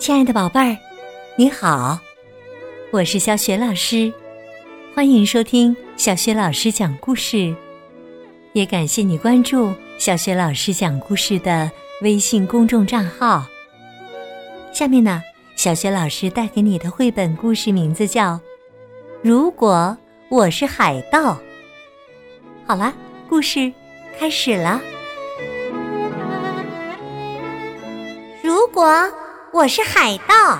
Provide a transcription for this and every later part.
亲爱的宝贝儿，你好，我是小雪老师，欢迎收听小雪老师讲故事，也感谢你关注小雪老师讲故事的微信公众账号。下面呢，小雪老师带给你的绘本故事名字叫《如果我是海盗》。好了，故事开始了。如果我是海盗，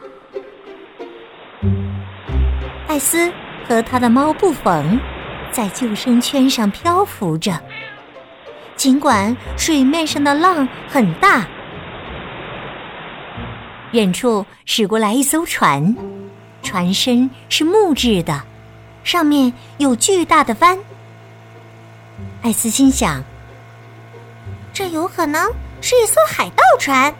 艾斯和他的猫布冯在救生圈上漂浮着，尽管水面上的浪很大。远处驶过来一艘船，船身是木质的，上面有巨大的帆。艾斯心想，这有可能是一艘海盗船。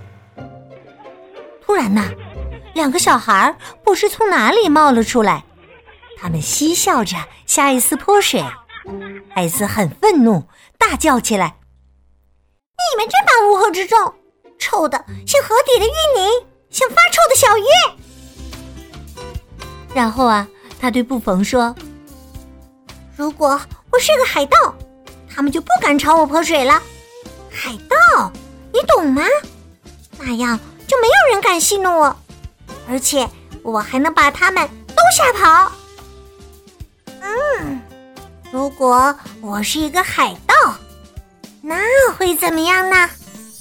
突然呢，两个小孩不知从哪里冒了出来，他们嬉笑着向艾斯泼水。艾斯很愤怒，大叫起来：你们真把乌合之众，臭的像河底的淤泥，像发臭的小鱼。然后他对布冯说，如果我是个海盗，他们就不敢朝我泼水了。海盗，你懂吗？那样就没有人敢戏弄我，而且我还能把他们都吓跑。如果我是一个海盗，那会怎么样呢？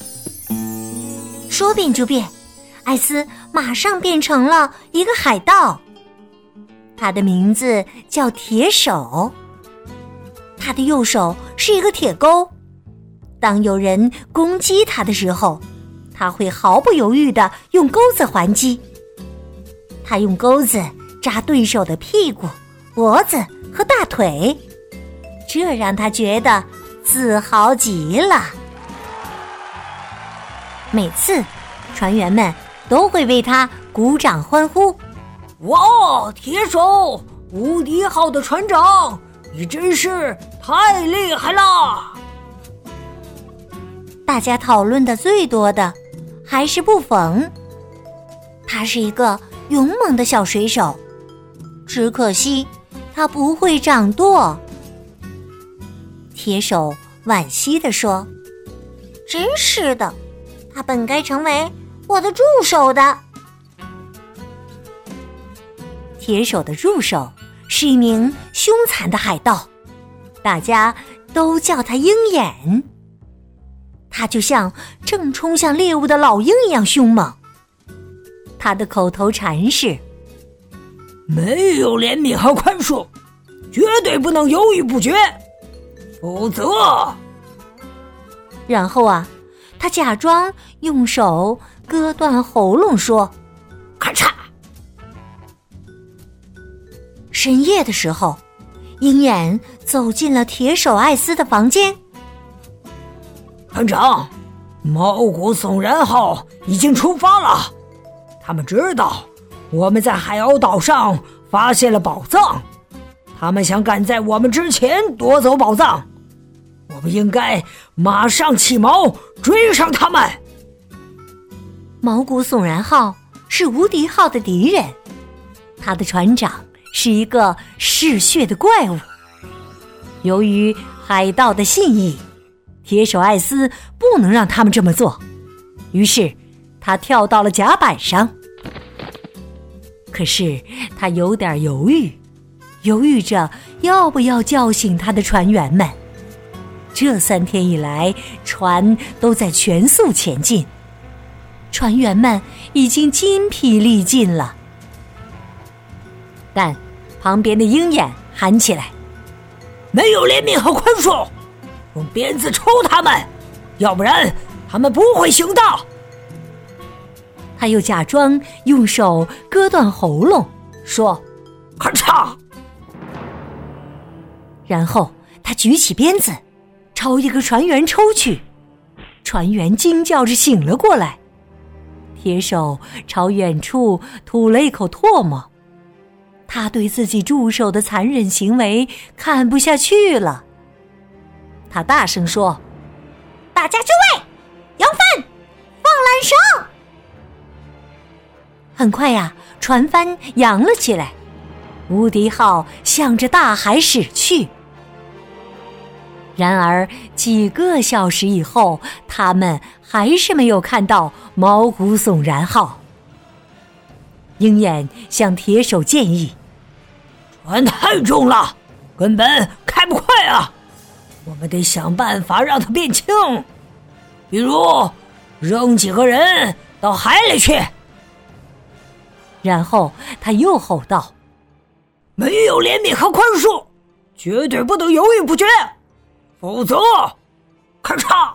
说变就变，艾斯马上变成了一个海盗。他的名字叫铁手，他的右手是一个铁钩，当有人攻击他的时候，他会毫不犹豫地用钩子还击。他用钩子扎对手的屁股、脖子和大腿，这让他觉得自豪极了。每次船员们都会为他鼓掌欢呼。 哇，铁手，无敌号的船长，你真是太厉害了！ 大家讨论的最多的还是布冯，他是一个勇猛的小水手，只可惜他不会掌舵。铁手惋惜地说，真是的，他本该成为我的助手的。铁手的助手是一名凶残的海盗，大家都叫他鹰眼。他就像正冲向猎物的老鹰一样凶猛。他的口头禅是， 没有怜悯和宽恕，绝对不能犹豫不决，否则…… 然后他假装用手割断喉咙说， 咔嚓。 深夜的时候，鹰眼走进了铁手艾斯的房间。 船长，毛骨悚然号已经出发了，他们知道我们在海鸥岛上发现了宝藏，他们想赶在我们之前夺走宝藏，我们应该马上起锚追上他们。 毛骨悚然号是无敌号的敌人，他的船长是一个嗜血的怪物。由于海盗的信义，铁手艾斯不能让他们这么做，于是他跳到了甲板上。可是他有点犹豫着要不要叫醒他的船员们。这3天以来，船都在全速前进，船员们已经筋疲力尽了。但旁边的鹰眼喊起来， 没有怜悯和宽恕，用鞭子抽他们，要不然他们不会行动。 他又假装用手割断喉咙，说， 咔嚓。 然后他举起鞭子朝一个船员抽去，船员惊叫着醒了过来。铁手朝远处吐了一口唾沫，他对自己助手的残忍行为看不下去了。他大声说，大家诸位，扬帆，放缆绳。 很快呀，船帆扬了起来，无敌号向着大海驶去。然而几个小时以后，他们还是没有看到毛骨悚然号。鹰眼向铁手建议： 船太重了，根本开不快啊！我们得想办法让它变轻，比如扔几个人到海里去。 然后他又吼道： 没有怜悯和宽恕，绝对不能犹豫不决，否则咔嚓！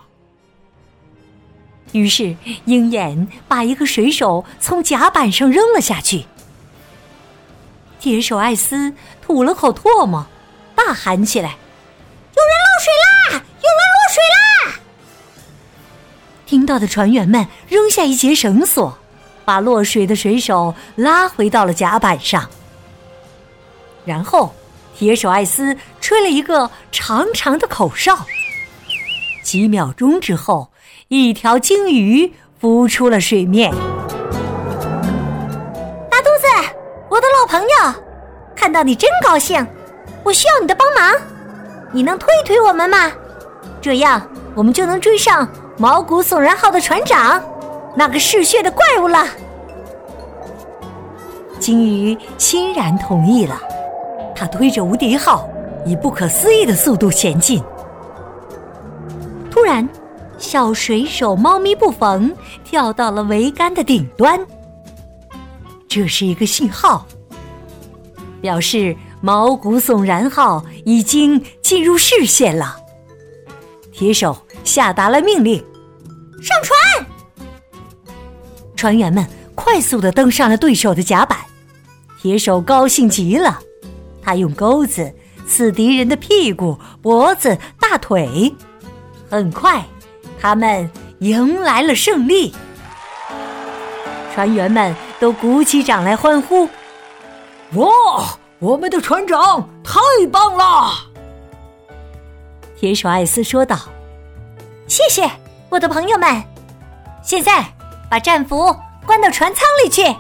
于是鹰眼把一个水手从甲板上扔了下去。铁手艾斯吐了口唾沫，大喊起来：有人落水啦！有人落水啦！听到的船员们扔下一节绳索，把落水的水手拉回到了甲板上。然后铁手艾斯吹了一个长长的口哨，几秒钟之后，一条鲸鱼浮出了水面。大肚子，我的老朋友，看到你真高兴，我需要你的帮忙，你能推推我们吗？这样我们就能追上毛骨悚然号的船长，那个嗜血的怪物了。鲸鱼欣然同意了，他推着无敌号以不可思议的速度前进。突然，小水手猫咪布冯跳到了桅杆的顶端，这是一个信号，表示毛骨悚然号已经进入视线了。铁手下达了命令：上船！船员们快速地登上了对手的甲板。铁手高兴极了，他用钩子刺敌人的屁股、脖子、大腿。很快，他们迎来了胜利。船员们都鼓起掌来欢呼： 哇，我们的船长太棒了！ 铁手艾斯说道：谢谢，我的朋友们，现在把战俘关到船舱里去。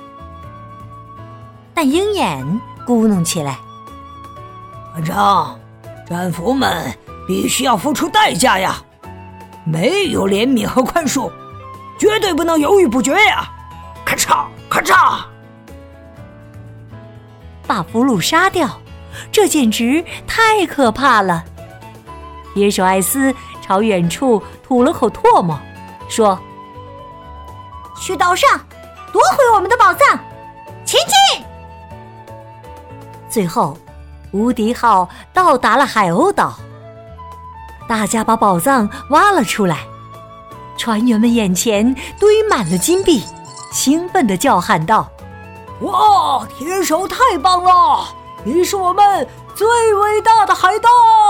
但鹰眼咕哝起来： 船长，战俘们必须要付出代价呀，没有怜悯和宽恕，绝对不能犹豫不决呀！咔嚓咔嚓， 把俘虏杀掉，这简直太可怕了。铁手艾斯朝远处吐了口唾沫，说：去岛上夺回我们的宝藏，前进！最后无敌号到达了海鸥岛，大家把宝藏挖了出来，船员们眼前堆满了金币，兴奋地叫喊道： 哇，铁手太棒了，你是我们最伟大的海盗！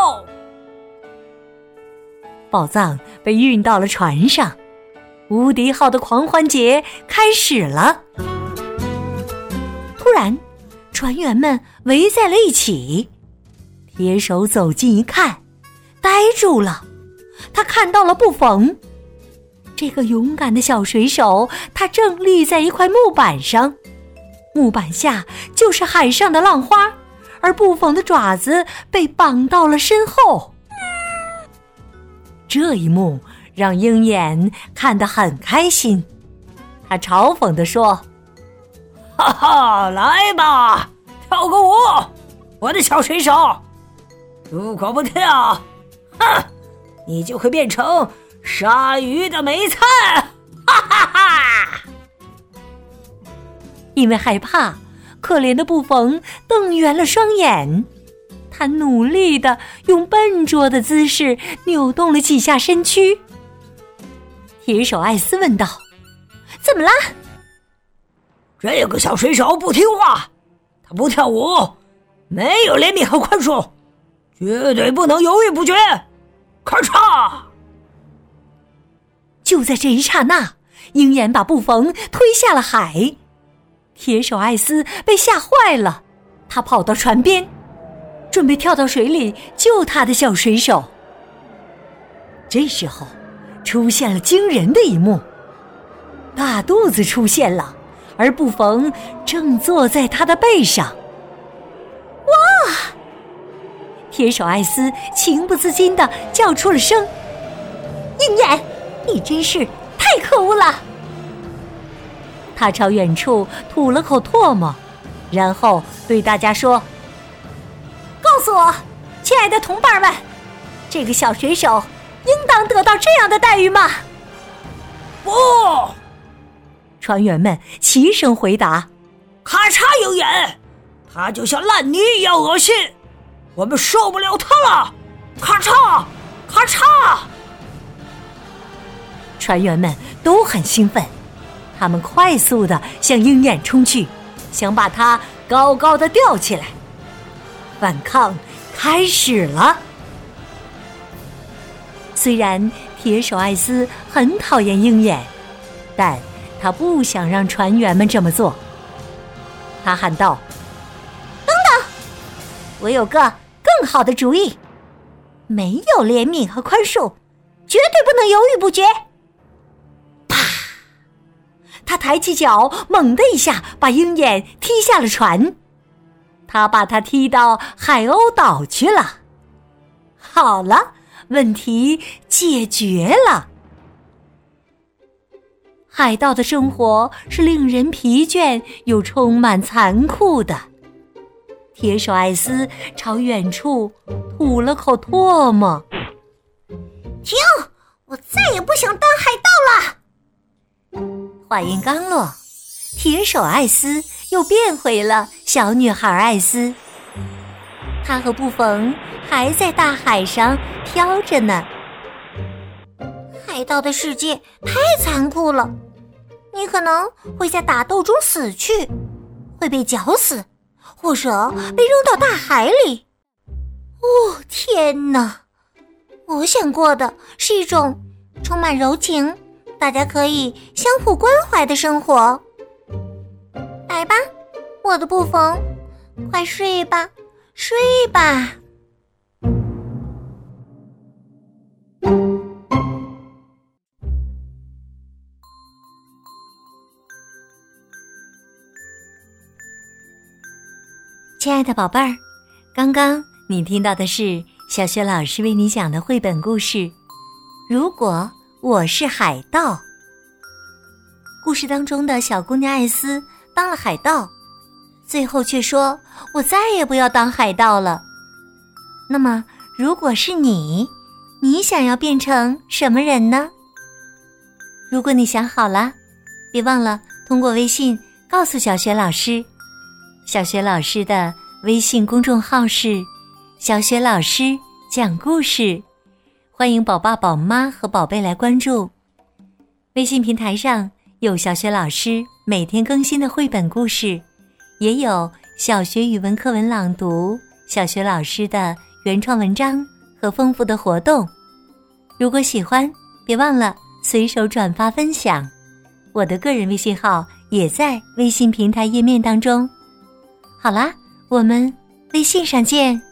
宝藏被运到了船上，无敌号的狂欢节开始了。突然，船员们围在了一起，铁手走近一看，呆住了。他看到了布冯，这个勇敢的小水手，他正立在一块木板上，木板下就是海上的浪花，而布冯的爪子被绑到了身后。这一幕让鹰眼看得很开心，他嘲讽地说： 哈哈，来吧，跳个舞，我的小水手！如果不跳，哼，你就会变成鲨鱼的美餐！哈哈哈！ 因为害怕，可怜的布冯瞪圆了双眼，他努力地用笨拙的姿势扭动了几下身躯。铁手艾斯问道：怎么了？ 这个小水手不听话，他不跳舞，没有怜悯和宽恕，绝对不能犹豫不决！咔嚓！ 就在这一刹那，鹰眼把布冯推下了海。铁手艾斯被吓坏了，他跑到船边，准备跳到水里救他的小水手。这时候，出现了惊人的一幕，大肚子出现了， 而不冯正坐在他的背上。哇！铁手艾斯情不自禁地叫出了声：“鹰眼，你真是太可恶了！”他朝远处吐了口唾沫，然后对大家说：“告诉我，亲爱的同伴们，这个小水手应当得到这样的待遇吗？”“ 不！” 船员们齐声回答。 “咔嚓！鹰眼，他就像烂泥一样恶心，我们受不了他了！咔嚓，咔嚓！” 船员们都很兴奋，他们快速地向鹰眼冲去，想把它高高地吊起来。反抗开始了。虽然铁手艾斯很讨厌鹰眼，但他不想让船员们这么做。他喊道：“等等，我有个更好的主意！没有怜悯和宽恕，绝对不能犹豫不决！”啪！他抬起脚，猛地一下把鹰眼踢下了船。他把他踢到海鸥岛去了。好了，问题解决了。海盗的生活是令人疲倦又充满残酷的。铁手艾斯朝远处吐了口唾沫。“停！我再也不想当海盗了！”话音刚落，铁手艾斯又变回了小女孩艾斯。她和布冯还在大海上飘着呢。海盗的世界太残酷了，你可能会在打斗中死去，会被绞死，或者被扔到大海里。哦，天哪！我想过的是一种充满柔情，大家可以相互关怀的生活。来吧，我的布冯，快睡吧，睡吧。亲爱的宝贝儿，刚刚你听到的是小雪老师为你讲的绘本故事《如果我是海盗》。故事当中的小姑娘艾斯当了海盗，最后却说：“我再也不要当海盗了。”那么，如果是你想要变成什么人呢？如果你想好了，别忘了通过微信告诉小雪老师。小雪老师的微信公众号是小雪老师讲故事，欢迎宝爸宝妈和宝贝来关注。微信平台上有小雪老师每天更新的绘本故事，也有小学语文课文朗读、小学老师的原创文章和丰富的活动。如果喜欢，别忘了随手转发分享。我的个人微信号也在微信平台页面当中。好啦，我们微信上见。